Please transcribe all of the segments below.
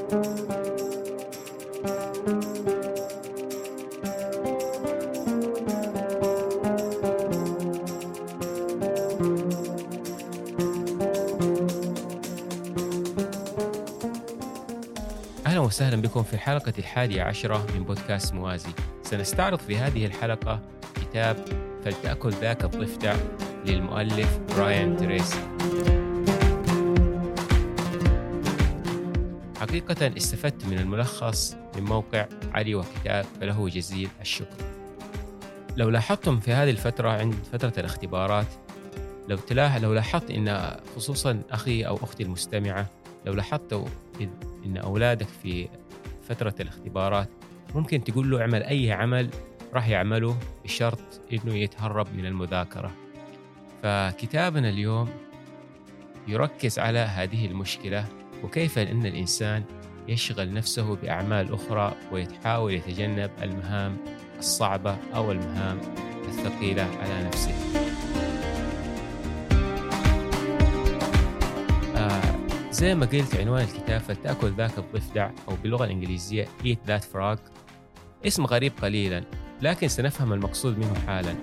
أهلا وسهلا بكم في الحلقة 11 من بودكاست موازي. سنستعرض في هذه الحلقة كتاب فلتأكل ذاك الضفدع للمؤلف براين تريسي. حقيقة استفدت من الملخص من موقع علي وكتاب، فله جزيل الشكر. لو لاحظتم في هذه الفترة عند فترة الاختبارات، لو لاحظت إن خصوصا أخي أو أختي المستمعة، لو لاحظتوا إن أولادك في فترة الاختبارات ممكن تقول له اعمل أي عمل راح يعمله بشرط إنه يتهرب من المذاكرة. فكتابنا اليوم يركز على هذه المشكلة وكيف أن الإنسان يشغل نفسه بأعمال أخرى ويحاول يتجنب المهام الصعبة أو المهام الثقيلة على نفسه. زي ما قلت، عنوان الكتاب فلتأكل ذاك الضفدع، أو باللغة الإنجليزية Eat That Frog. اسم غريب قليلا، لكن سنفهم المقصود منه حالا.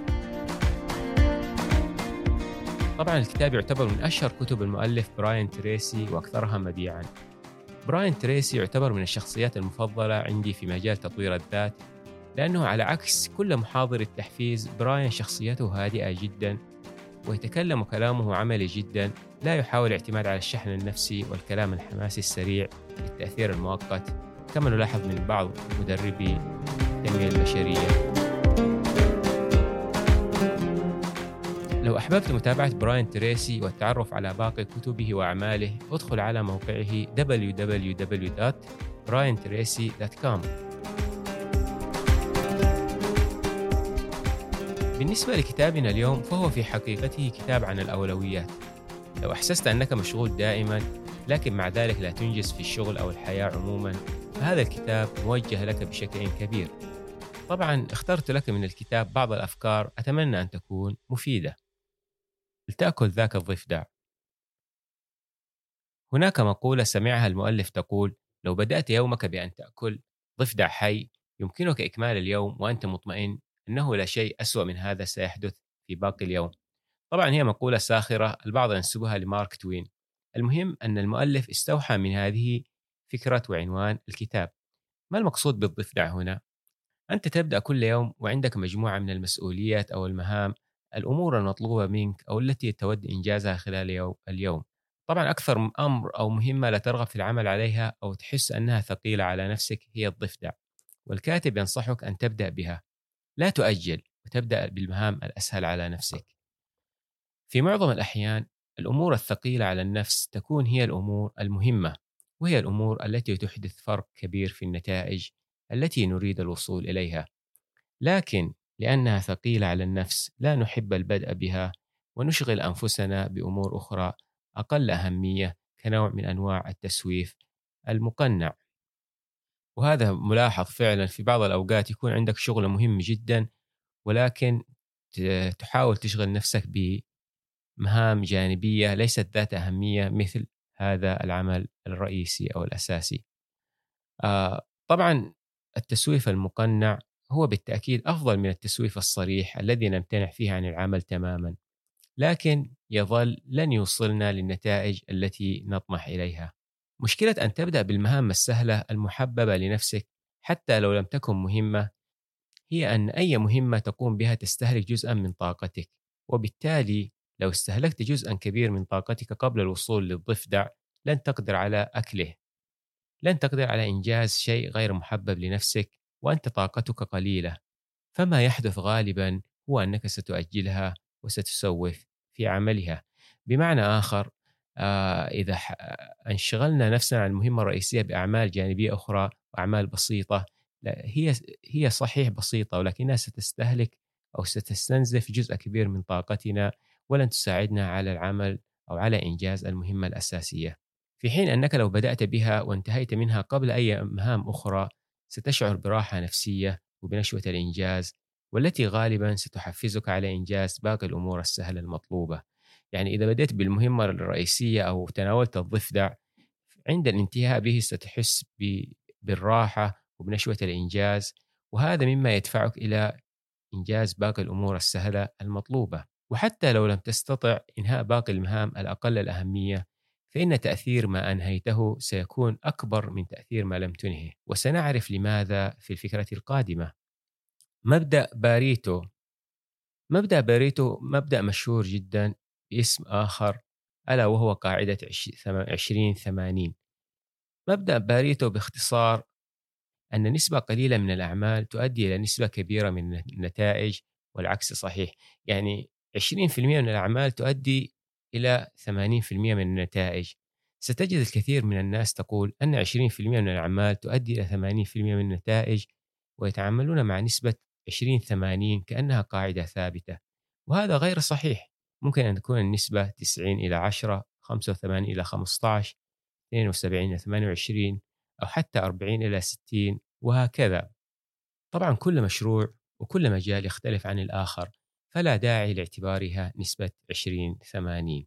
طبعا الكتاب يعتبر من أشهر كتب المؤلف براين تريسي وأكثرها مبيعا. براين تريسي يعتبر من الشخصيات المفضلة عندي في مجال تطوير الذات، لأنه على عكس كل محاضر التحفيز، براين شخصيته هادئة جدا ويتكلم كلامه عملي جدا، لا يحاول الاعتماد على الشحن النفسي والكلام الحماسي السريع للتأثير المؤقت كما نلاحظ من بعض مدربي التنمية البشرية. لو أحببت متابعة براين تريسي والتعرف على باقي كتبه وأعماله، ادخل على موقعه www.briantracy.com. بالنسبة لكتابنا اليوم، فهو في حقيقته كتاب عن الأولويات. لو أحسست أنك مشغول دائما لكن مع ذلك لا تنجز في الشغل أو الحياة عموما، فهذا الكتاب موجه لك بشكل كبير. طبعا اخترت لك من الكتاب بعض الأفكار أتمنى أن تكون مفيدة. لتأكل ذاك الضفدع. هناك مقولة سمعها المؤلف تقول: لو بدأت يومك بأن تأكل ضفدع حي، يمكنك إكمال اليوم وأنت مطمئن أنه لا شيء أسوأ من هذا سيحدث في باقي اليوم. طبعا هي مقولة ساخرة البعض ينسبها لمارك توين. المهم أن المؤلف استوحى من هذه فكرة وعنوان الكتاب. ما المقصود بالضفدع هنا؟ أنت تبدأ كل يوم وعندك مجموعة من المسؤوليات أو المهام، الأمور المطلوبة منك أو التي تود إنجازها خلال اليوم. طبعا أكثر أمر أو مهمة لا ترغب في العمل عليها أو تحس أنها ثقيلة على نفسك هي الضفدع، والكاتب ينصحك أن تبدأ بها، لا تؤجل وتبدأ بالمهام الأسهل على نفسك. في معظم الأحيان الأمور الثقيلة على النفس تكون هي الأمور المهمة، وهي الأمور التي تحدث فرق كبير في النتائج التي نريد الوصول إليها، لكن لأنها ثقيلة على النفس لا نحب البدء بها ونشغل أنفسنا بأمور أخرى أقل أهمية كنوع من أنواع التسويف المقنع. وهذا ملاحظ فعلا في بعض الأوقات يكون عندك شغل مهم جدا، ولكن تحاول تشغل نفسك بمهام جانبية ليست ذات أهمية مثل هذا العمل الرئيسي أو الأساسي. طبعا التسويف المقنع هو بالتأكيد أفضل من التسويف الصريح الذي نمتنع فيه عن العمل تماما، لكن يظل لن يوصلنا للنتائج التي نطمح إليها. مشكلة أن تبدأ بالمهام السهلة المحببة لنفسك حتى لو لم تكن مهمة هي أن أي مهمة تقوم بها تستهلك جزءا من طاقتك، وبالتالي لو استهلكت جزءا كبير من طاقتك قبل الوصول للضفدع لن تقدر على أكله، لن تقدر على إنجاز شيء غير محبب لنفسك وأنت طاقتك قليلة. فما يحدث غالبا هو أنك ستؤجلها وستسوف في عملها. بمعنى آخر، إذا انشغلنا نفسنا عن المهمة الرئيسية بأعمال جانبية أخرى وأعمال بسيطة، هي صحيح بسيطة، ولكنها ستستهلك أو ستستنزف جزء كبير من طاقتنا ولن تساعدنا على العمل أو على إنجاز المهمة الأساسية. في حين أنك لو بدأت بها وانتهيت منها قبل أي مهام أخرى ستشعر براحة نفسية وبنشوة الإنجاز، والتي غالبا ستحفزك على إنجاز باقي الأمور السهلة المطلوبة. يعني إذا بدأت بالمهمة الرئيسية أو تناولت الضفدع عند الانتهاء به ستحس بالراحة وبنشوة الإنجاز، وهذا مما يدفعك إلى إنجاز باقي الأمور السهلة المطلوبة. وحتى لو لم تستطع إنهاء باقي المهام الأقل الأهمية، فإن تأثير ما أنهيته سيكون أكبر من تأثير ما لم تنهه، وسنعرف لماذا في الفكرة القادمة. مبدأ باريتو. مبدأ باريتو مبدأ مشهور جدا باسم آخر، ألا وهو قاعدة 20-80. مبدأ باريتو باختصار أن نسبة قليلة من الأعمال تؤدي إلى نسبة كبيرة من النتائج، والعكس صحيح. يعني 20% من الأعمال تؤدي إلى 80% من النتائج. ستجد الكثير من الناس تقول أن 20% من الأعمال تؤدي إلى 80% من النتائج، ويتعاملون مع نسبة 20-80 كأنها قاعدة ثابتة، وهذا غير صحيح. ممكن أن تكون النسبة 90-10، 85-15، 72-28، أو حتى 40-60، وهكذا. طبعا كل مشروع وكل مجال يختلف عن الآخر، فلا داعي لاعتبارها نسبة 20-80.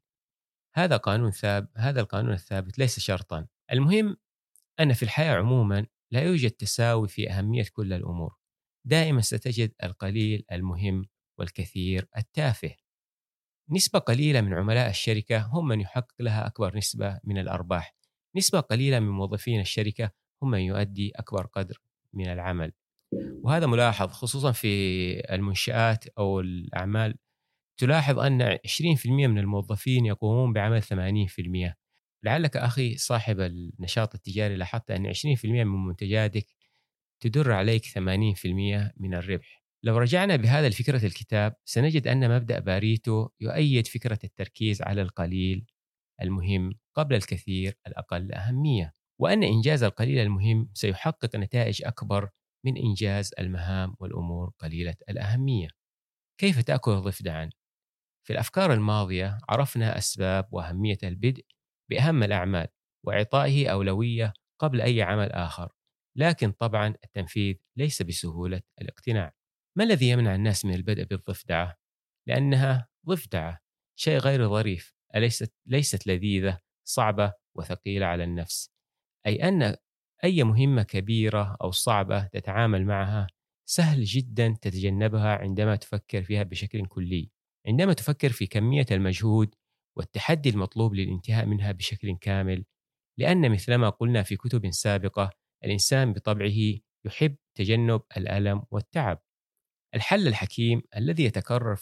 هذا القانون الثابت ليس شرطا. المهم أن في الحياة عموما لا يوجد تساوي في أهمية كل الأمور. دائما ستجد القليل المهم والكثير التافه. نسبة قليلة من عملاء الشركة هم من يحقق لها أكبر نسبة من الأرباح. نسبة قليلة من موظفين الشركة هم من يؤدي أكبر قدر من العمل. وهذا ملاحظ خصوصا في المنشآت أو الأعمال. تلاحظ أن 20% من الموظفين يقومون بعمل 80%. لعلك أخي صاحب النشاط التجاري لاحظت أن 20% من منتجاتك تدر عليك 80% من الربح. لو رجعنا بهذا لفكرة الكتاب سنجد أن مبدأ باريتو يؤيد فكرة التركيز على القليل المهم قبل الكثير الأقل أهمية، وأن إنجاز القليل المهم سيحقق نتائج أكبر من إنجاز المهام والأمور قليلة الأهمية. كيف تأكل الضفدعا؟ في الأفكار الماضية عرفنا أسباب وأهمية البدء بأهم الأعمال وإعطائه أولوية قبل أي عمل آخر، لكن طبعا التنفيذ ليس بسهولة الاقتناع. ما الذي يمنع الناس من البدء بالضفدعة؟ لأنها ضفدعة، شيء غير ظريف، ليست لذيذة، صعبة وثقيلة على النفس. أي أن أي مهمة كبيرة أو صعبة تتعامل معها سهل جدا تتجنبها عندما تفكر فيها بشكل كلي، عندما تفكر في كمية المجهود والتحدي المطلوب للانتهاء منها بشكل كامل. لأن مثلما قلنا في كتب سابقة، الإنسان بطبعه يحب تجنب الألم والتعب. الحل الحكيم الذي يتكرر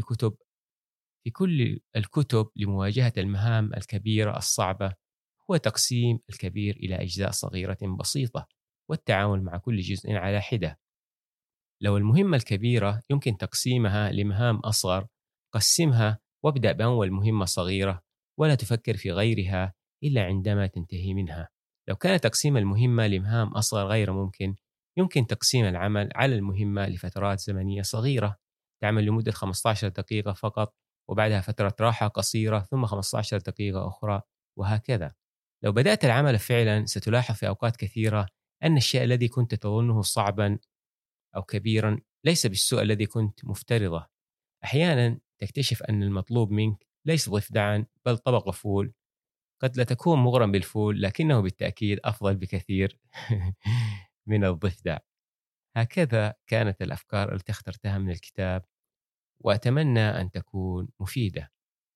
في كل الكتب لمواجهة المهام الكبيرة الصعبة هو تقسيم الكبير إلى أجزاء صغيرة بسيطة، والتعامل مع كل جزء على حدة. لو المهمة الكبيرة يمكن تقسيمها لمهام أصغر، قسمها وابدأ بأول مهمة صغيرة، ولا تفكر في غيرها إلا عندما تنتهي منها. لو كان تقسيم المهمة لمهام أصغر غير ممكن، يمكن تقسيم العمل على المهمة لفترات زمنية صغيرة، تعمل لمدة 15 دقيقة فقط، وبعدها فترة راحة قصيرة، ثم 15 دقيقة أخرى، وهكذا. لو بدأت العمل فعلا ستلاحظ في أوقات كثيرة أن الشيء الذي كنت تظنه صعبا أو كبيرا ليس بالسوء الذي كنت مفترضه. أحيانا تكتشف أن المطلوب منك ليس ضفدعا بل طبق فول. قد لا تكون مغرم بالفول، لكنه بالتأكيد أفضل بكثير من الضفدع. هكذا كانت الأفكار التي اخترتها من الكتاب، وأتمنى أن تكون مفيدة.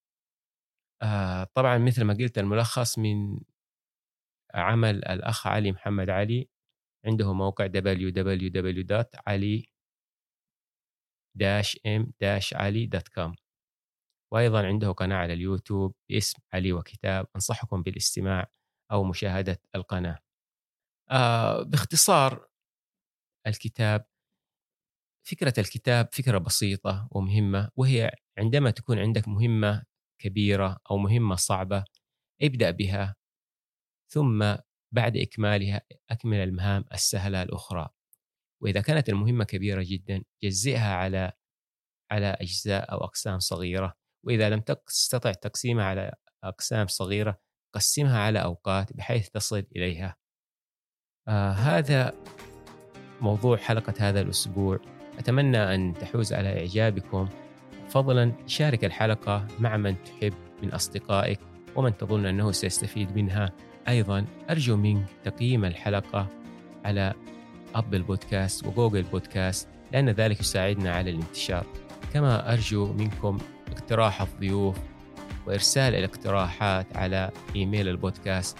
طبعا مثل ما قلت الملخص من عمل الأخ علي محمد علي. عنده موقع www.ali-m-ali.com، وأيضا عنده قناة على اليوتيوب باسم علي وكتاب. أنصحكم بالاستماع أو مشاهدة القناة. باختصار فكرة الكتاب فكرة بسيطة ومهمة، وهي عندما تكون عندك مهمة كبيرة أو مهمة صعبة ابدأ بها، ثم بعد إكمالها أكمل المهام السهلة الأخرى. وإذا كانت المهمة كبيرة جدا جزئها على أجزاء أو أقسام صغيرة، وإذا لم تستطع تقسيمها على أقسام صغيرة قسمها على أوقات بحيث تصل إليها. هذا موضوع حلقة هذا الأسبوع. أتمنى أن تحوز على إعجابكم. فضلا شارك الحلقة مع من تحب من أصدقائك ومن تظن أنه سيستفيد منها، أيضا أرجو منك تقييم الحلقة على أبل بودكاست وجوجل بودكاست، لأن ذلك يساعدنا على الانتشار. كما أرجو منكم اقتراح الضيوف وإرسال الاقتراحات على إيميل البودكاست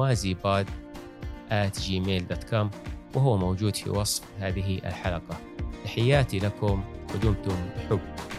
موازيباد@gmail.com، وهو موجود في وصف هذه الحلقة. تحياتي لكم ودمتم بحب.